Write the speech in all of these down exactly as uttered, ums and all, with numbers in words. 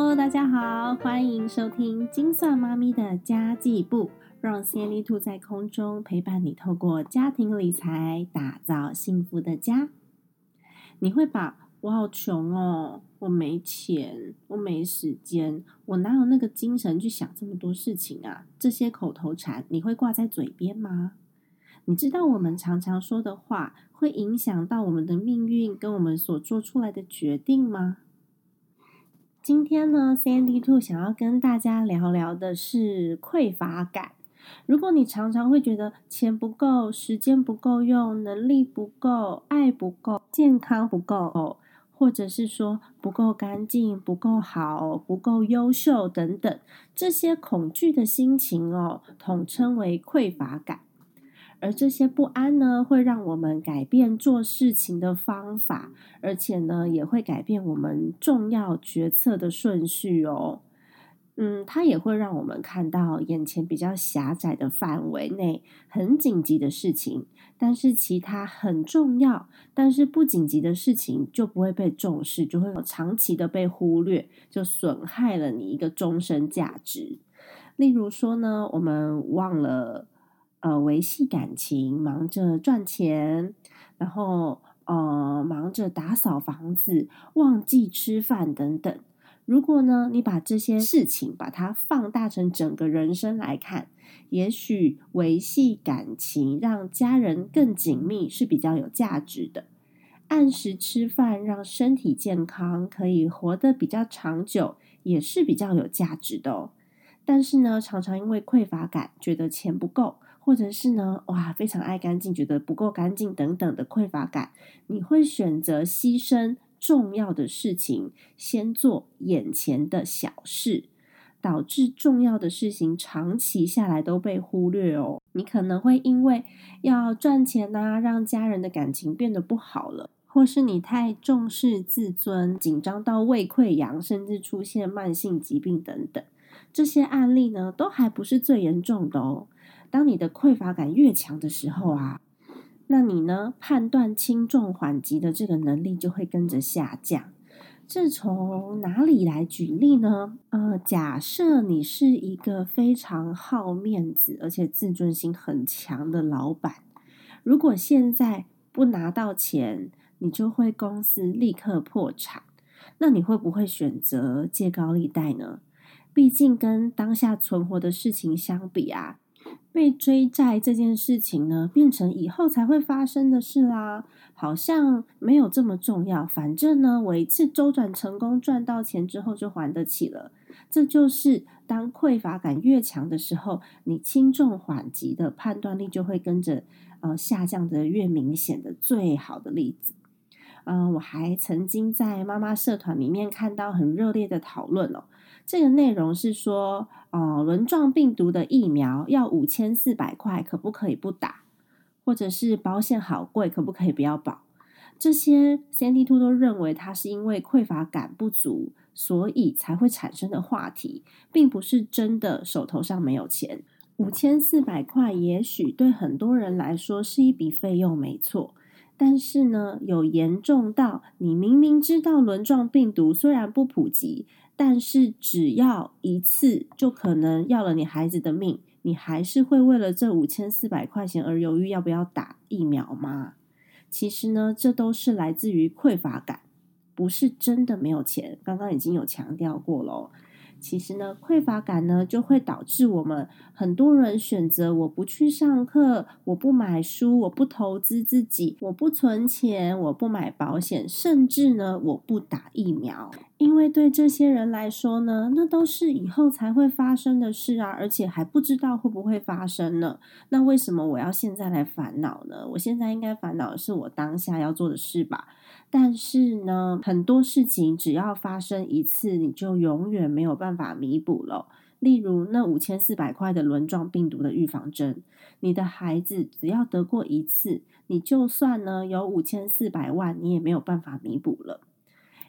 Hello， 大家好，欢迎收听精算妈咪的家计部，让 Sandy 兔在空中陪伴你，透过家庭理财打造幸福的家。你会把我好穷哦，我没钱，我没时间，我哪有那个精神去想这么多事情啊？这些口头禅你会挂在嘴边吗？你知道我们常常说的话会影响到我们的命运跟我们所做出来的决定吗？今天呢 Sandy 兔想要跟大家聊聊的是匮乏感。如果你常常会觉得钱不够，时间不够用，能力不够，爱不够，健康不够，或者是说不够干净，不够好，不够优秀等等，这些恐惧的心情哦，统称为匮乏感。而这些不安呢，会让我们改变做事情的方法，而且呢，也会改变我们重要决策的顺序哦。嗯，它也会让我们看到眼前比较狭窄的范围内很紧急的事情，但是其他很重要，但是不紧急的事情就不会被重视，就会长期的被忽略，就损害了你一个终身价值。例如说呢，我们忘了呃，维系感情，忙着赚钱，然后呃，忙着打扫房子，忘记吃饭等等。如果呢，你把这些事情把它放大成整个人生来看，也许维系感情，让家人更紧密是比较有价值的。按时吃饭，让身体健康，可以活得比较长久，也是比较有价值的哦。但是呢，常常因为匮乏感，觉得钱不够，或者是呢，哇，非常爱干净，觉得不够干净等等的匮乏感，你会选择牺牲重要的事情，先做眼前的小事，导致重要的事情长期下来都被忽略哦。你可能会因为要赚钱啊，让家人的感情变得不好了，或是你太重视自尊，紧张到胃溃疡，甚至出现慢性疾病等等。这些案例呢，都还不是最严重的哦。当你的匮乏感越强的时候啊，那你呢，判断轻重缓急的这个能力就会跟着下降。这从哪里来举例呢？呃，假设你是一个非常好面子，而且自尊心很强的老板，如果现在不拿到钱，你就会公司立刻破产。那你会不会选择借高利贷呢？毕竟跟当下存活的事情相比啊，被追债这件事情呢，变成以后才会发生的事啦，好像没有这么重要。反正呢，我一次周转成功赚到钱之后就还得起了。这就是当匮乏感越强的时候，你轻重缓急的判断力就会跟着呃下降的越明显的最好的例子。嗯、呃，我还曾经在妈妈社团里面看到很热烈的讨论哦。这个内容是说，呃，轮状病毒的疫苗要五千四百块，可不可以不打？或者是保险好贵，可不可以不要保？这些 Sandy 兔都认为它是因为匮乏感不足，所以才会产生的话题，并不是真的手头上没有钱。五千四百块也许对很多人来说是一笔费用，没错。但是呢，有严重到你明明知道轮状病毒虽然不普及，但是只要一次就可能要了你孩子的命，你还是会为了这五千四百块钱而犹豫要不要打疫苗吗？其实呢，这都是来自于匮乏感，不是真的没有钱。刚刚已经有强调过咯。其实呢，匮乏感呢，就会导致我们很多人选择我不去上课，我不买书，我不投资自己，我不存钱，我不买保险，甚至呢，我不打疫苗。因为对这些人来说呢，那都是以后才会发生的事啊，而且还不知道会不会发生呢。那为什么我要现在来烦恼呢？我现在应该烦恼的是我当下要做的事吧。但是呢，很多事情只要发生一次，你就永远没有办法弥补了。例如那五千四百块的轮状病毒的预防针，你的孩子只要得过一次，你就算呢有五千四百万，你也没有办法弥补了。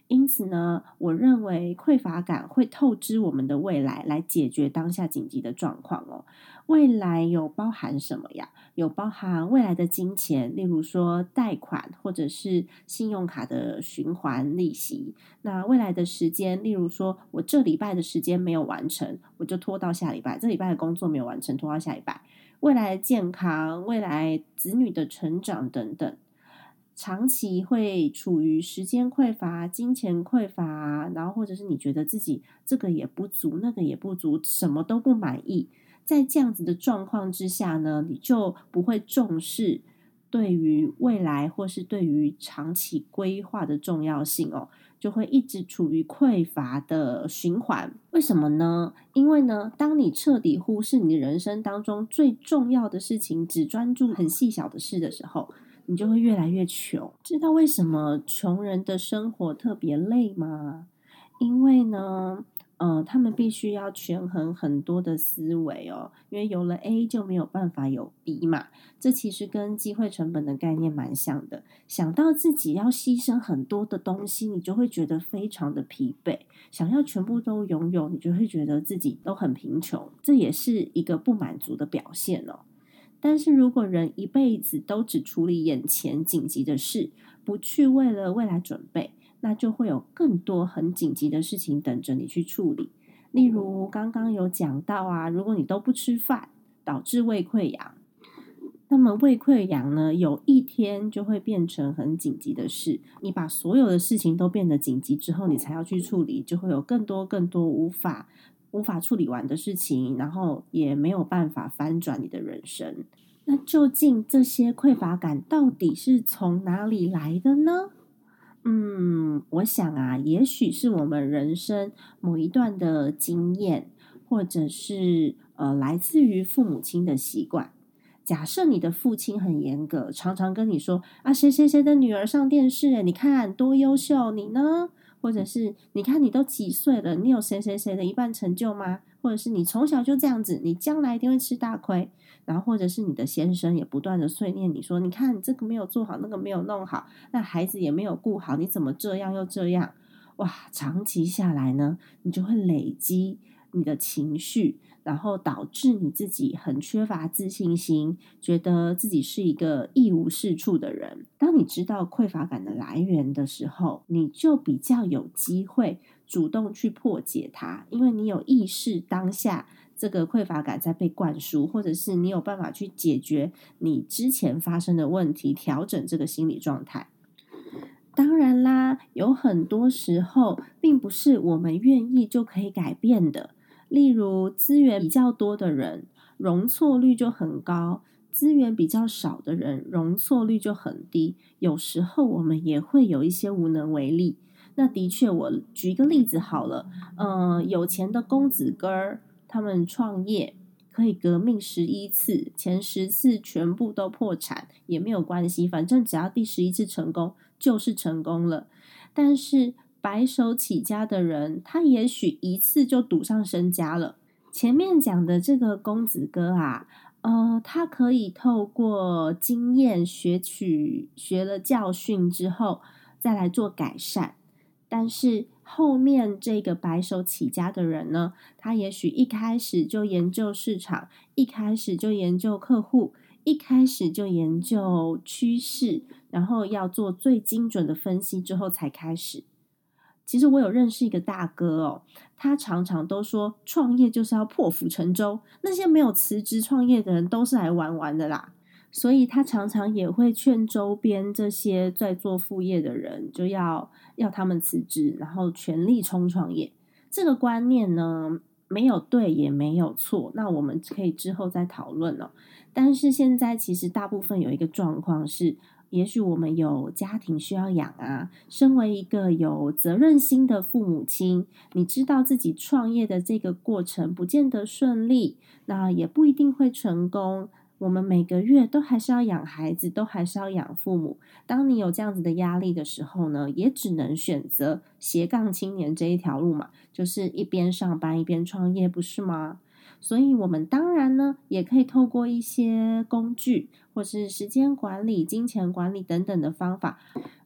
因此呢，我认为匮乏感会透支我们的未来，来解决当下紧急的状况哦。未来有包含什么呀？有包含未来的金钱，例如说贷款或者是信用卡的循环利息。那未来的时间，例如说我这礼拜的时间没有完成，我就拖到下礼拜；这礼拜的工作没有完成，拖到下礼拜。未来的健康，未来子女的成长等等。长期会处于时间匮乏、金钱匮乏，然后或者是你觉得自己这个也不足，那个也不足，什么都不满意。在这样子的状况之下呢，你就不会重视对于未来或是对于长期规划的重要性哦，就会一直处于匮乏的循环。为什么呢？因为呢，当你彻底忽视你人生当中最重要的事情，只专注很细小的事的时候，你就会越来越穷。知道为什么穷人的生活特别累吗？因为呢，呃，他们必须要权衡很多的思维哦，因为有了 A 就没有办法有 B 嘛。这其实跟机会成本的概念蛮像的。想到自己要牺牲很多的东西，你就会觉得非常的疲惫。想要全部都拥有，你就会觉得自己都很贫穷，这也是一个不满足的表现哦。但是如果人一辈子都只处理眼前紧急的事，不去为了未来准备，那就会有更多很紧急的事情等着你去处理。例如刚刚有讲到啊，如果你都不吃饭，导致胃溃疡，那么胃溃疡呢，有一天就会变成很紧急的事。你把所有的事情都变得紧急之后，你才要去处理，就会有更多更多无法无法处理完的事情，然后也没有办法翻转你的人生。那究竟这些匮乏感到底是从哪里来的呢？嗯，我想啊，也许是我们人生某一段的经验，或者是呃来自于父母亲的习惯。假设你的父亲很严格，常常跟你说啊，谁谁谁的女儿上电视，你看多优秀，你呢？或者是你看你都几岁了，你有谁谁谁的一半成就吗？或者是你从小就这样子，你将来一定会吃大亏。然后或者是你的先生也不断的碎念你说，你看你这个没有做好，那个没有弄好，那孩子也没有顾好，你怎么这样又这样？哇，长期下来呢，你就会累积你的情绪，然后导致你自己很缺乏自信心，觉得自己是一个一无是处的人。当你知道匮乏感的来源的时候，你就比较有机会主动去破解它，因为你有意识当下这个匮乏感在被灌输，或者是你有办法去解决你之前发生的问题，调整这个心理状态。当然啦，有很多时候并不是我们愿意就可以改变的。例如资源比较多的人，容错率就很高，资源比较少的人，容错率就很低。有时候我们也会有一些无能为力。那的确，我举一个例子好了，呃，有钱的公子哥儿，他们创业可以革命十一次，前十次全部都破产也没有关系，反正只要第十一次成功就是成功了。但是白手起家的人，他也许一次就赌上身家了。前面讲的这个公子哥啊，呃，他可以透过经验学取学了教训之后，再来做改善。但是后面这个白手起家的人呢，他也许一开始就研究市场，一开始就研究客户，一开始就研究趋势，然后要做最精准的分析之后才开始。其实我有认识一个大哥哦，他常常都说创业就是要破釜沉舟，那些没有辞职创业的人都是来玩玩的啦。所以他常常也会劝周边这些在做副业的人，就要要他们辞职，然后全力冲创业。这个观念呢，没有对也没有错，那我们可以之后再讨论哦。但是现在其实大部分有一个状况是，也许我们有家庭需要养啊，身为一个有责任心的父母亲，你知道自己创业的这个过程不见得顺利，那也不一定会成功。我们每个月都还是要养孩子，都还是要养父母。当你有这样子的压力的时候呢，也只能选择斜杠青年这一条路嘛，就是一边上班一边创业，不是吗？所以我们当然呢，也可以透过一些工具，或是时间管理、金钱管理等等的方法，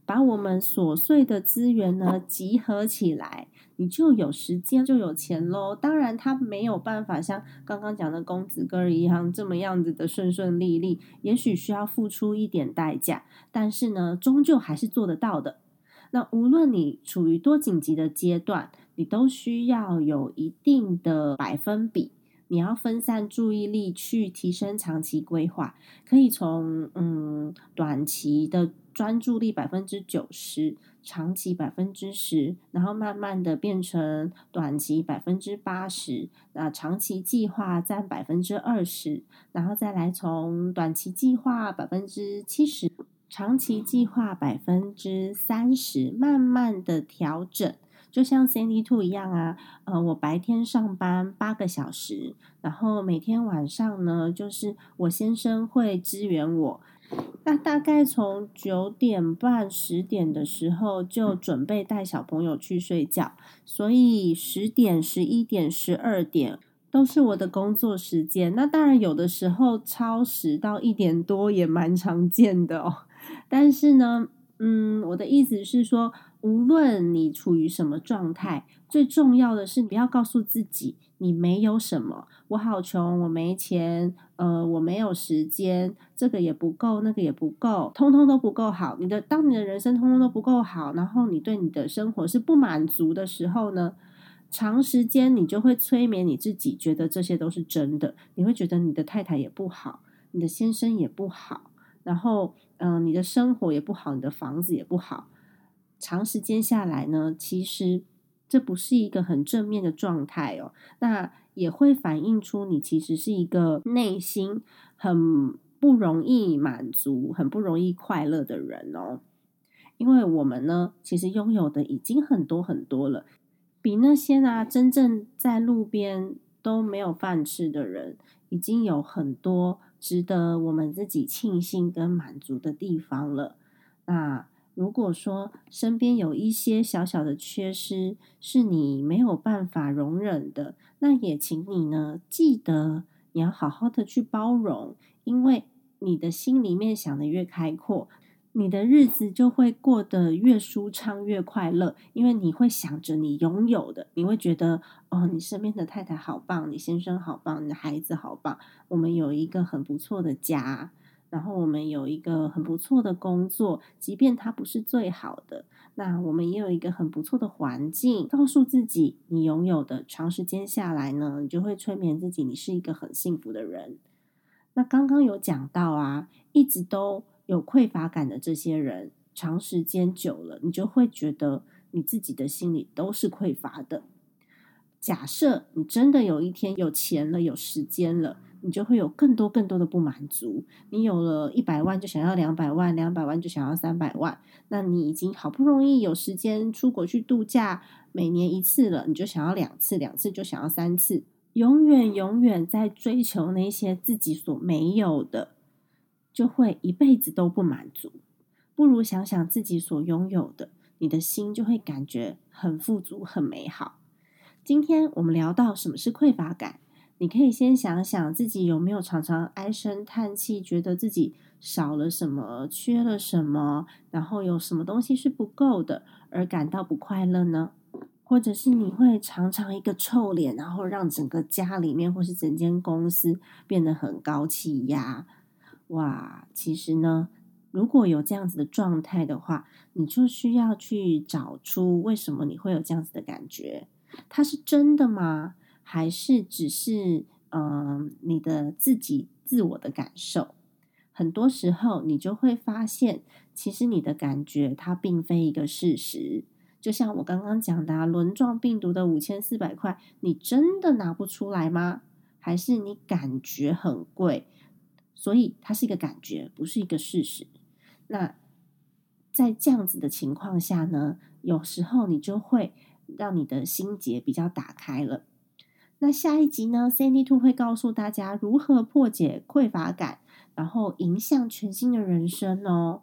把我们琐碎的资源呢集合起来，你就有时间就有钱咯。当然它没有办法像刚刚讲的公子哥儿一样这么样子的顺顺利利，也许需要付出一点代价，但是呢终究还是做得到的。那无论你处于多紧急的阶段，你都需要有一定的百分比，你要分散注意力去提升长期规划，可以从嗯短期的专注力百分之九十，长期百分之十，然后慢慢的变成短期百分之八十，那长期计划占百分之二十，然后再来从短期计划百分之七十。长期计划百分之三十，慢慢的调整，就像 Sandy Two 一样啊，呃，我白天上班八个小时，然后每天晚上呢，就是我先生会支援我，那大概从九点半十点的时候就准备带小朋友去睡觉，所以十点、十一点、十二点。都是我的工作时间，那当然有的时候超时到一点多也蛮常见的哦。但是呢，嗯，我的意思是说，无论你处于什么状态，最重要的是你不要告诉自己你没有什么，我好穷，我没钱，呃，我没有时间，这个也不够，那个也不够，通通都不够好。你的当你的人生通通都不够好，然后你对你的生活是不满足的时候呢，长时间你就会催眠你自己，觉得这些都是真的，你会觉得你的太太也不好，你的先生也不好，然后嗯、呃，你的生活也不好，你的房子也不好。长时间下来呢，其实这不是一个很正面的状态哦，那也会反映出你其实是一个内心很不容易满足、很不容易快乐的人哦。因为我们呢，其实拥有的已经很多很多了，比那些啊真正在路边都没有饭吃的人，已经有很多值得我们自己庆幸跟满足的地方了。那如果说身边有一些小小的缺失是你没有办法容忍的，那也请你呢记得你要好好的去包容，因为你的心里面想的越开阔，你的日子就会过得越舒畅越快乐，因为你会想着你拥有的，你会觉得哦，你身边的太太好棒，你先生好棒，你的孩子好棒，我们有一个很不错的家，然后我们有一个很不错的工作，即便它不是最好的，那我们也有一个很不错的环境，告诉自己你拥有的，长时间下来呢，你就会催眠自己，你是一个很幸福的人。那刚刚有讲到啊，一直都有匮乏感的这些人，长时间久了，你就会觉得你自己的心里都是匮乏的。假设你真的有一天有钱了，有时间了，你就会有更多更多的不满足。你有了一百万就想要两百万，两百万就想要三百万。那你已经好不容易有时间出国去度假，每年一次了，你就想要两次，两次就想要三次。永远永远在追求那些自己所没有的，就会一辈子都不满足。不如想想自己所拥有的，你的心就会感觉很富足、很美好。今天我们聊到什么是匮乏感，你可以先想想自己有没有常常唉声叹气，觉得自己少了什么、缺了什么，然后有什么东西是不够的，而感到不快乐呢？或者是你会常常一个臭脸，然后让整个家里面或是整间公司变得很高气压。哇，其实呢，如果有这样子的状态的话，你就需要去找出为什么你会有这样子的感觉，它是真的吗？还是只是嗯、呃、你的自己自我的感受？很多时候你就会发现，其实你的感觉它并非一个事实。就像我刚刚讲的啊，轮状病毒的五千四百块，你真的拿不出来吗？还是你感觉很贵，所以它是一个感觉，不是一个事实。那在这样子的情况下呢，有时候你就会让你的心结比较打开了。那下一集呢 Sandy Two 会告诉大家如何破解匮乏感，然后迎向全新的人生哦。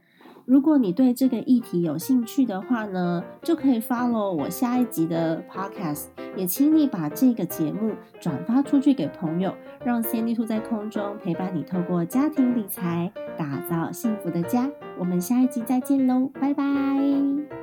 如果你对这个议题有兴趣的话呢，就可以 follow 我下一集的 podcast， 也请你把这个节目转发出去给朋友，让 Sandy 兔在空中陪伴你，透过家庭理财打造幸福的家。我们下一集再见喽，拜拜。